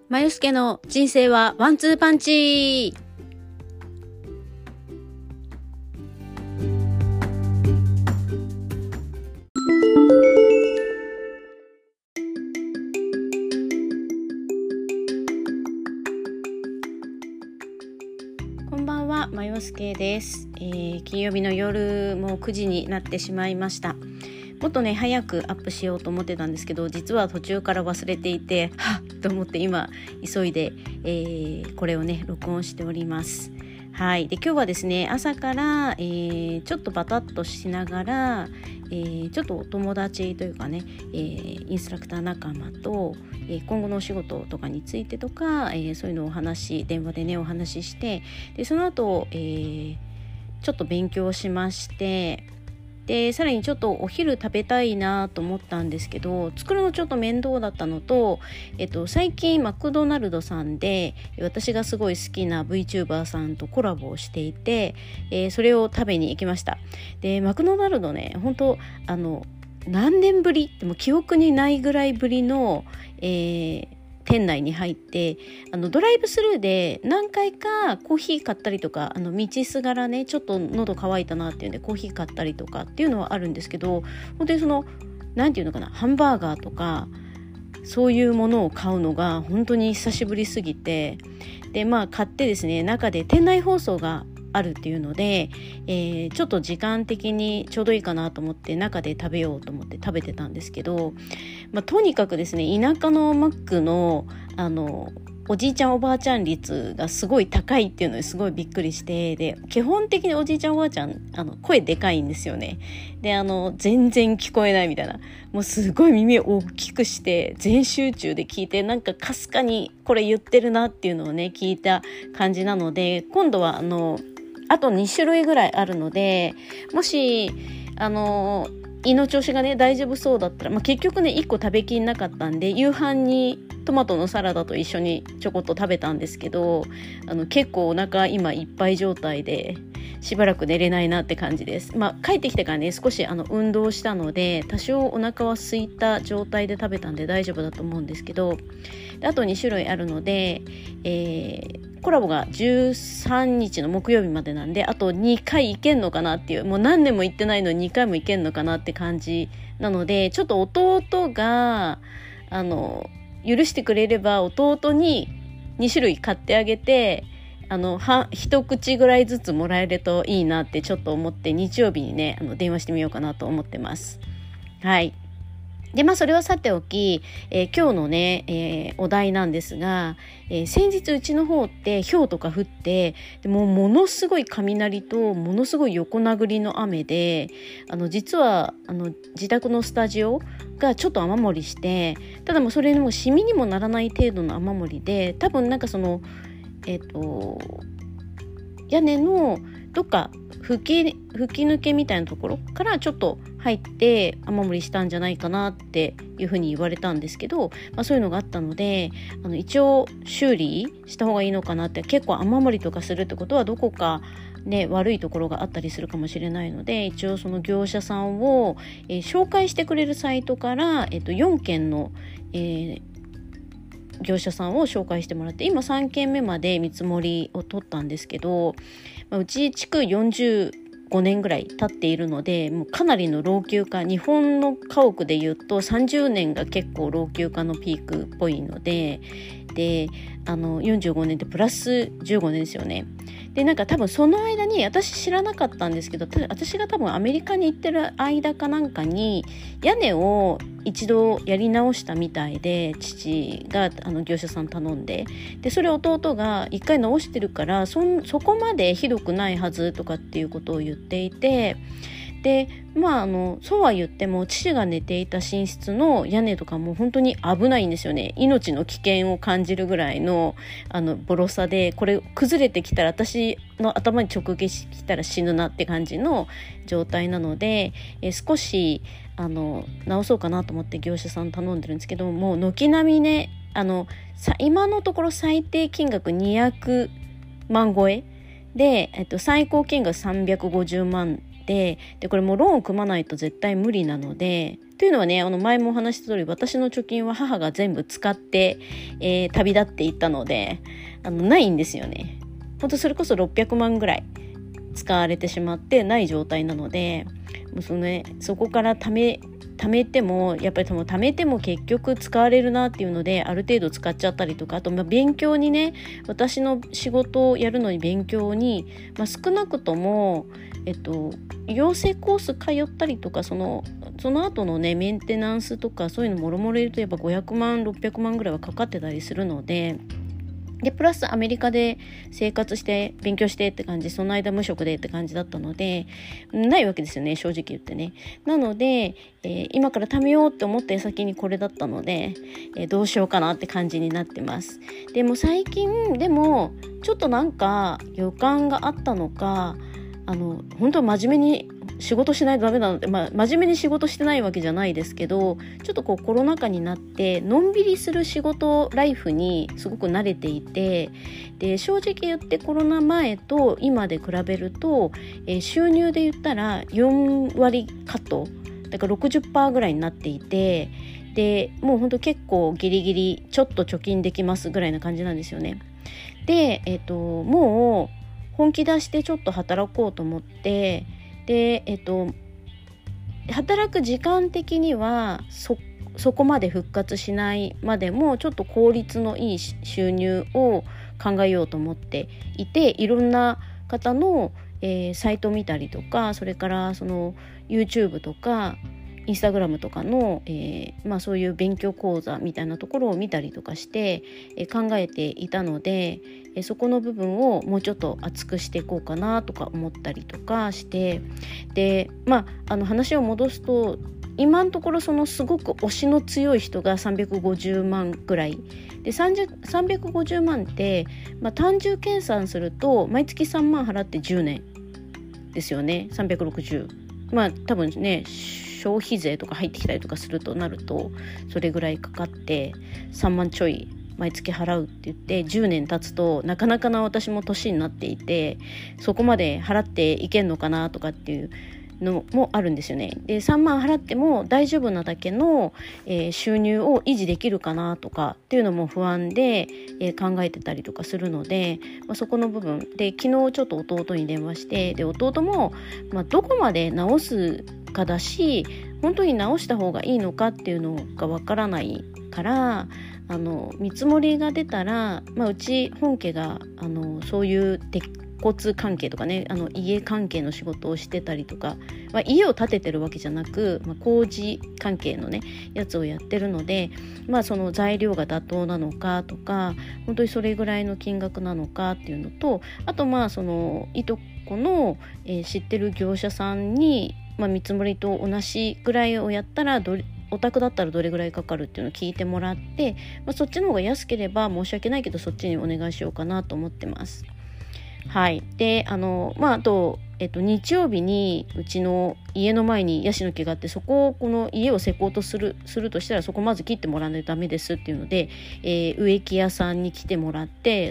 まゆすけの人生はワンツーパンチ。こんばんは、まゆすけです。金曜日の夜もう9時になってしまいました。もっとね早くアップしようと思ってたんですけど、実は途中から忘れていてはっと思って今急いで、これをね録音しております。はい。で今日はですね朝から、ちょっとバタッとしながら、ちょっとお友達というかね、インストラクター仲間と、今後のお仕事とかについてとか、そういうのを電話でねお話しして、でその後、ちょっと勉強しまして、でさらにちょっとお昼食べたいなと思ったんですけど、作るのちょっと面倒だったのと、最近マクドナルドさんで私がすごい好きな VTuber さんとコラボをしていて、それを食べに行きました。でマクドナルドね、本当何年ぶりでも記憶にないぐらいぶりの、店内に入って、ドライブスルーで何回かコーヒー買ったりとか、道すがらねちょっと喉乾いたなっていうんでコーヒー買ったりとかっていうのはあるんですけど、本当になんていうのかな、ハンバーガーとかそういうものを買うのが本当に久しぶりすぎて、で買ってですね、中で店内放送があるっていうので、ちょっと時間的にちょうどいいかなと思って中で食べようと思って食べてたんですけど、とにかくですね田舎のマックのおじいちゃんおばあちゃん率がすごい高いっていうのにすごいびっくりして、で基本的におじいちゃんおばあちゃん声でかいんですよね。で全然聞こえないみたいな、もうすごい耳を大きくして全集中で聞いて、なんかかすかにこれ言ってるなっていうのをね聞いた感じなので、今度はあと2種類ぐらいあるので、もし胃の調子がね大丈夫そうだったら、結局ね1個食べきんなかったんで、夕飯にトマトのサラダと一緒にちょこっと食べたんですけど、結構お腹今いっぱい状態でしばらく寝れないなって感じです。帰ってきてからね少し運動したので多少お腹は空いた状態で食べたんで大丈夫だと思うんですけど、であと2種類あるので、コラボが13日の木曜日までなんで、あと2回行けんのかなっていう、もう何年も行ってないのに2回も行けんのかなって感じなので、ちょっと弟が許してくれれば弟に2種類買ってあげて、一口ぐらいずつもらえるといいなってちょっと思って、日曜日にね電話してみようかなと思ってます。はい。でそれはさておき、今日のね、お題なんですが、先日うちの方って氷とか降って、でものすごい雷とものすごい横殴りの雨で、実は自宅のスタジオがちょっと雨漏りして、ただもうそれにもシミにもならない程度の雨漏りで、多分なんか屋根のどっか吹き抜けみたいなところからちょっと入って雨漏りしたんじゃないかなっていうふうに言われたんですけど、そういうのがあったので一応修理した方がいいのかなって。結構雨漏りとかするってことはどこかね悪いところがあったりするかもしれないので、一応その業者さんを、紹介してくれるサイトから、4件の、業者さんを紹介してもらって、今3件目まで見積もりを取ったんですけど、うち築45年ぐらい経っているので、もうかなりの老朽化、日本の家屋でいうと30年が結構老朽化のピークっぽいので、45年ってプラス15年ですよね。でなんか多分その間に、私知らなかったんですけど、私が多分アメリカに行ってる間かなんかに屋根を一度やり直したみたいで、父が業者さん頼んで、それ弟が一回直してるから、そこまでひどくないはずとかっていうことを言っていて、でそうは言っても父が寝ていた寝室の屋根とかも本当に危ないんですよね。命の危険を感じるぐらいのボロさで、これ崩れてきたら私の頭に直撃してきたら死ぬなって感じの状態なので、少し直そうかなと思って業者さん頼んでるんですけど、もう軒並みね今のところ最低金額200万超えで、最高金額350万っでこれもローンを組まないと絶対無理なので、というのはね、前もお話した通り私の貯金は母が全部使って、旅立っていったのでないんですよね。本当それこそ600万ぐらい使われてしまってない状態なので、もうそこから貯めてもやっぱり貯めても結局使われるなっていうのである程度使っちゃったりとか、あと勉強にね、私の仕事をやるのに勉強に、少なくとも養成コース通ったりとかその後のねメンテナンスとかそういうのもろもろ入れるとやっぱ500万600万ぐらいはかかってたりするので、プラスアメリカで生活して勉強してって感じ、その間無職でって感じだったのでないわけですよね、正直言ってね。なので、今から貯めようって思った矢先にこれだったので、どうしようかなって感じになってます。でも最近でもちょっとなんか予感があったのか、本当は真面目に仕事しないとダメなので、真面目に仕事してないわけじゃないですけど、ちょっとコロナ禍になってのんびりする仕事ライフにすごく慣れていて、で正直言ってコロナ前と今で比べると、収入で言ったら4割カットだから 60% ぐらいになっていて、でもう本当結構ギリギリちょっと貯金できますぐらいな感じなんですよね。で、もう本気出してちょっと働こうと思って、で、働く時間的にはそこまで復活しないまでもちょっと効率のいい収入を考えようと思っていて、いろんな方の、サイトを見たりとか、それからその YouTube とかインスタグラムとかの、そういう勉強講座みたいなところを見たりとかして、考えていたので、そこの部分をもうちょっと厚くしていこうかなとか思ったりとかして、で話を戻すと、今のところそのすごく推しの強い人が350万ぐらいで、350万って、単純計算すると毎月3万払って10年ですよね。360、多分ね消費税とか入ってきたりとかするとなるとそれぐらいかかって3万ちょい毎月払うって言って10年経つと、なかなかな私も年になっていてそこまで払っていけんのかなとかっていうのもあるんですよね。で3万払っても大丈夫なだけの、収入を維持できるかなとかっていうのも不安で、考えてたりとかするので、そこの部分で昨日ちょっと弟に電話して、で弟も、どこまで直すかだし、本当に直した方がいいのかっていうのがわからないから、見積もりが出たら、うち本家がそういう交通関係とかね、家関係の仕事をしてたりとか、家を建ててるわけじゃなく、工事関係のねやつをやってるので、その材料が妥当なのかとか、本当にそれぐらいの金額なのかっていうのと、あとそのいとこの、知ってる業者さんに、見積もりと同じぐらいをやったらお宅だったらどれぐらいかかるっていうのを聞いてもらって、そっちの方が安ければ申し訳ないけどそっちにお願いしようかなと思ってます。はい。であと、日曜日にうちの家の前にヤシの木があって、そこをこの家を施工とするとしたらそこまず切ってもらわないとダメですっていうので、植木屋さんに来てもらって、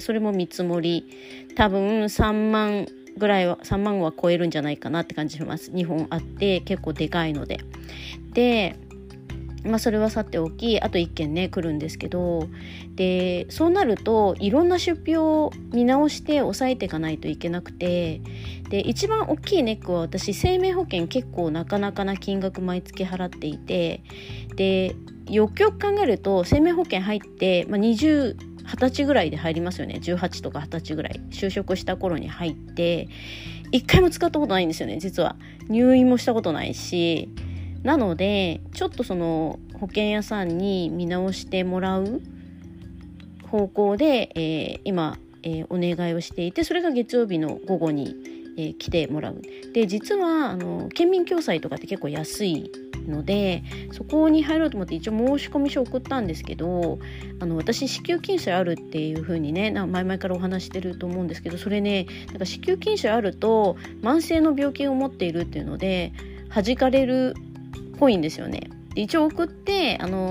それも見積もり多分3万は超えるんじゃないかなって感じします。2本あって結構でかいので。でそれはさておき、あと1件ね来るんですけど、でそうなるといろんな出費を見直して抑えていかないといけなくて、で一番大きいネックは私生命保険結構なかなかな金額毎月払っていて、でよくよく考えると生命保険入って、20歳ぐらいで入りますよね。18とか20歳ぐらい就職した頃に入って1回も使ったことないんですよね。実は入院もしたことないし、なのでちょっとその保険屋さんに見直してもらう方向で、今、お願いをしていて、それが月曜日の午後に、来てもらう。で実は県民共済とかって結構安いので、そこに入ろうと思って一応申し込み書を送ったんですけど、私子宮筋腫あるっていう風にね前々からお話してると思うんですけど、それねなんか子宮筋腫あると慢性の病気を持っているっていうので弾かれるっぽいんですよね。で一応送って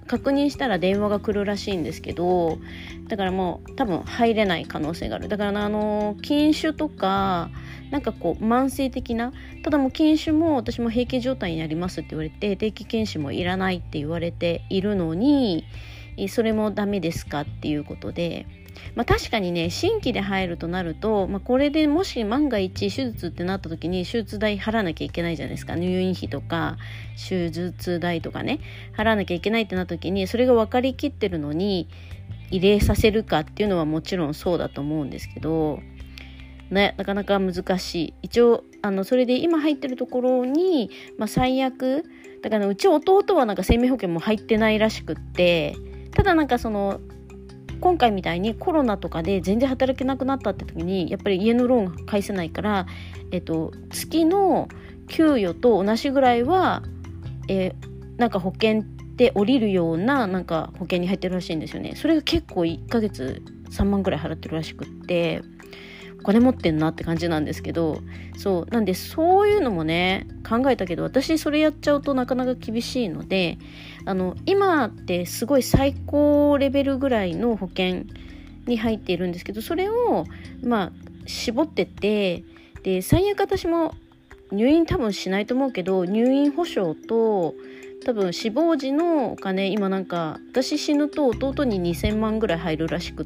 確認したら電話が来るらしいんですけど、だからもう多分入れない可能性がある。だから禁酒とかなんかこう慢性的な、ただもう禁酒も私も閉経状態になりますって言われて、定期検診もいらないって言われているのに、それもダメですかっていうことで、確かにね、新規で入るとなると、これでもし万が一手術ってなった時に手術代払わなきゃいけないじゃないですか。入院費とか手術代とかね、払わなきゃいけないってなった時に、それが分かりきってるのに入れさせるかっていうのはもちろんそうだと思うんですけどね、なかなか難しい。一応それで今入ってるところに、最悪だから、うち弟はなんか生命保険も入ってないらしくって、ただなんか今回みたいにコロナとかで全然働けなくなったって時に、やっぱり家のローン返せないから、月の給与と同じぐらいは、なんか保険って降りるようななんか保険に入ってるらしいんですよね。それが結構1ヶ月3万ぐらい払ってるらしくって、お金持ってんなって感じなんですけど、そうなんで、そういうのもね考えたけど、私それやっちゃうとなかなか厳しいので、今ってすごい最高レベルぐらいの保険に入っているんですけど、それを絞ってって、で最悪私も入院多分しないと思うけど、入院保証と多分死亡時のお金、今なんか私死ぬと弟に2000万ぐらい入るらしくって、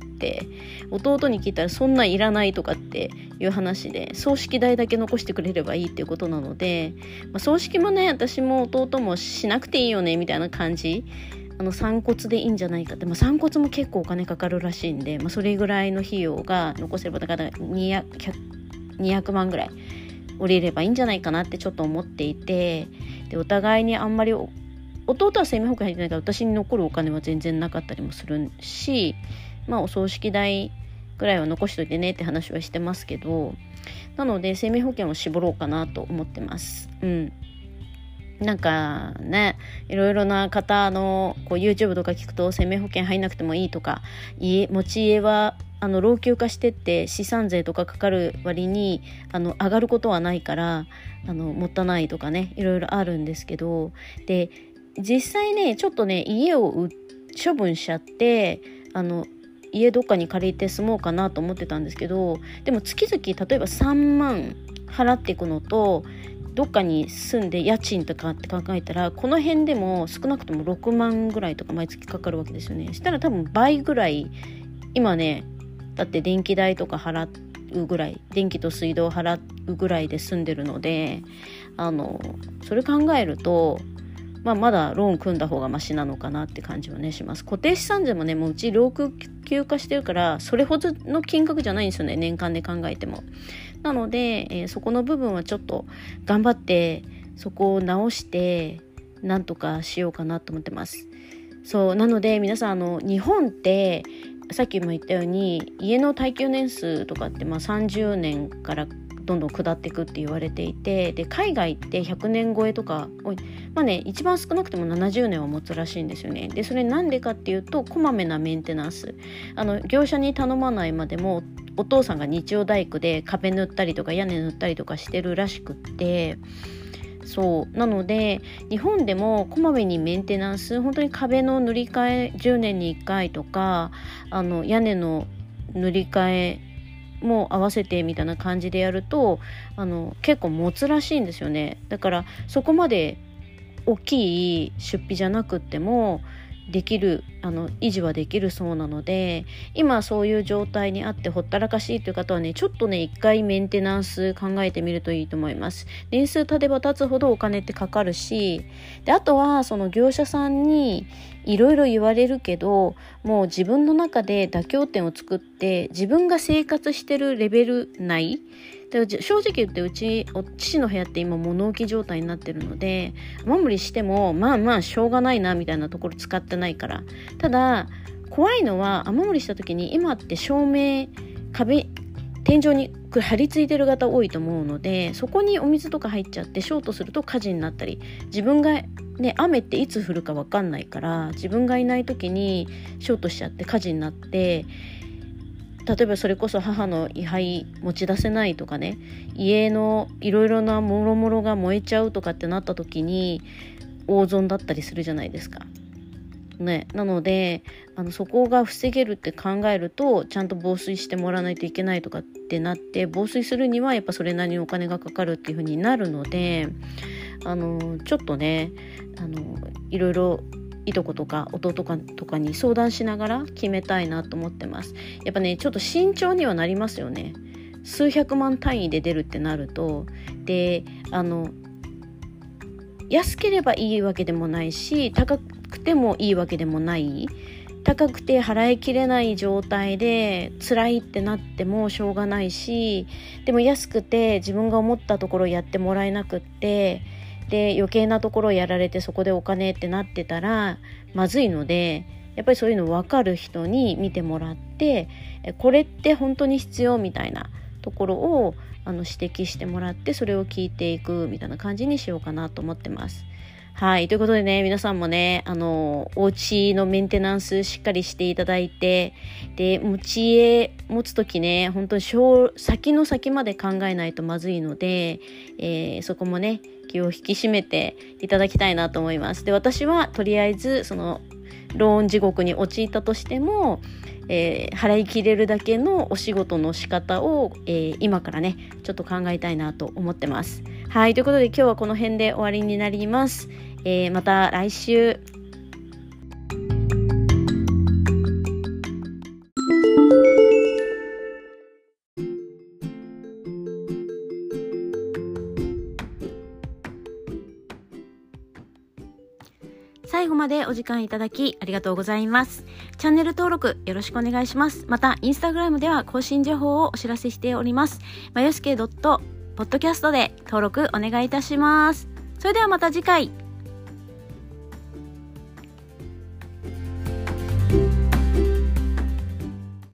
弟に聞いたらそんなんいらないとかっていう話で、葬式代だけ残してくれればいいっていうことなので、葬式もね、私も弟もしなくていいよねみたいな感じ、散骨でいいんじゃないかって、散骨も結構お金かかるらしいんで、それぐらいの費用が残せれば、だから200万ぐらい降りればいいんじゃないかなってちょっと思っていて、でお互いにあんまり弟は生命保険入ってないから私に残るお金は全然なかったりもするし、お葬式代ぐらいは残しといてねって話はしてますけど、なので生命保険を絞ろうかなと思ってます。なんかね、いろいろな方のYouTube とか聞くと、生命保険入んなくてもいいとか、持ち家は老朽化してって資産税とかかかる割に上がることはないからもったいないとかね、いろいろあるんですけど、で実際ね、ちょっとね家を処分しちゃって、家どっかに借りて住もうかなと思ってたんですけど、でも月々例えば3万払っていくのと、どっかに住んで家賃とかって考えたら、この辺でも少なくとも6万ぐらいとか毎月かかるわけですよね。そしたら多分倍ぐらい、今ねだって電気代とか払うぐらい、電気と水道払うぐらいで住んでるので、それ考えるとまだローン組んだ方がマシなのかなって感じはねします。固定資産税もね、もううち老朽化してるからそれほどの金額じゃないんですよね、年間で考えても。なので、そこの部分はちょっと頑張ってそこを直してなんとかしようかなと思ってます。そうなので皆さん、日本ってさっきも言ったように家の耐久年数とかって30年からどんどん下っていくって言われていて、で海外って100年超えとか、一番少なくても70年は持つらしいんですよね。でそれなんでかっていうと、こまめなメンテナンス、業者に頼まないまでもお父さんが日曜大工で壁塗ったりとか屋根塗ったりとかしてるらしくって、そうなので日本でもこまめにメンテナンス、本当に壁の塗り替え10年に1回とか、屋根の塗り替えも合わせてみたいな感じでやると結構持つらしいんですよね。だからそこまで大きい出費じゃなくってもできる、維持はできるそうなので、今そういう状態にあってほったらかしいという方はね、ちょっとね一回メンテナンス考えてみるといいと思います。年数経てば経つほどお金ってかかるし、であとはその業者さんにいろいろ言われるけど、もう自分の中で妥協点を作って自分が生活してるレベル内で、正直言ってうち父の部屋って今物置状態になってるので、雨漏りしてもしょうがないなみたいなところ使ってないから。ただ怖いのは、雨漏りした時に今って照明天井に張り付いてる方多いと思うので、そこにお水とか入っちゃってショートすると火事になったり、自分がね、雨っていつ降るか分かんないから、自分がいない時にショートしちゃって火事になって、例えばそれこそ母の位牌持ち出せないとかね、家のいろいろなもろもろが燃えちゃうとかってなった時に大損だったりするじゃないですかね、なのでそこが防げるって考えるとちゃんと防水してもらわないといけないとかってなって、防水するにはやっぱそれなりにお金がかかるっていう風になるので、ちょっとねいろいろいとことか弟とかに相談しながら決めたいなと思ってます。やっぱねちょっと慎重にはなりますよね。数百万単位で出るってなると、で安ければいいわけでもないし、高くてもいいわけでもない。高くて払いきれない状態で辛いってなってもしょうがないし、でも安くて自分が思ったところやってもらえなくって、で余計なところやられてそこでお金ってなってたらまずいので、やっぱりそういうの分かる人に見てもらって、これって本当に必要みたいなところを指摘してもらって、それを聞いていくみたいな感じにしようかなと思ってます。はい、ということでね、皆さんもねお家のメンテナンスしっかりしていただいて、で持つときね本当に先の先まで考えないとまずいので、そこもね気を引き締めていただきたいなと思います。で私はとりあえずそのローン地獄に陥ったとしても、払い切れるだけのお仕事の仕方を、今からねちょっと考えたいなと思ってます。はい、ということで今日はこの辺で終わりになります。また来週。最後までお時間いただきありがとうございます。チャンネル登録よろしくお願いします。またインスタグラムでは更新情報をお知らせしております。まよすけ.podcastで登録お願いいたします。それではまた次回。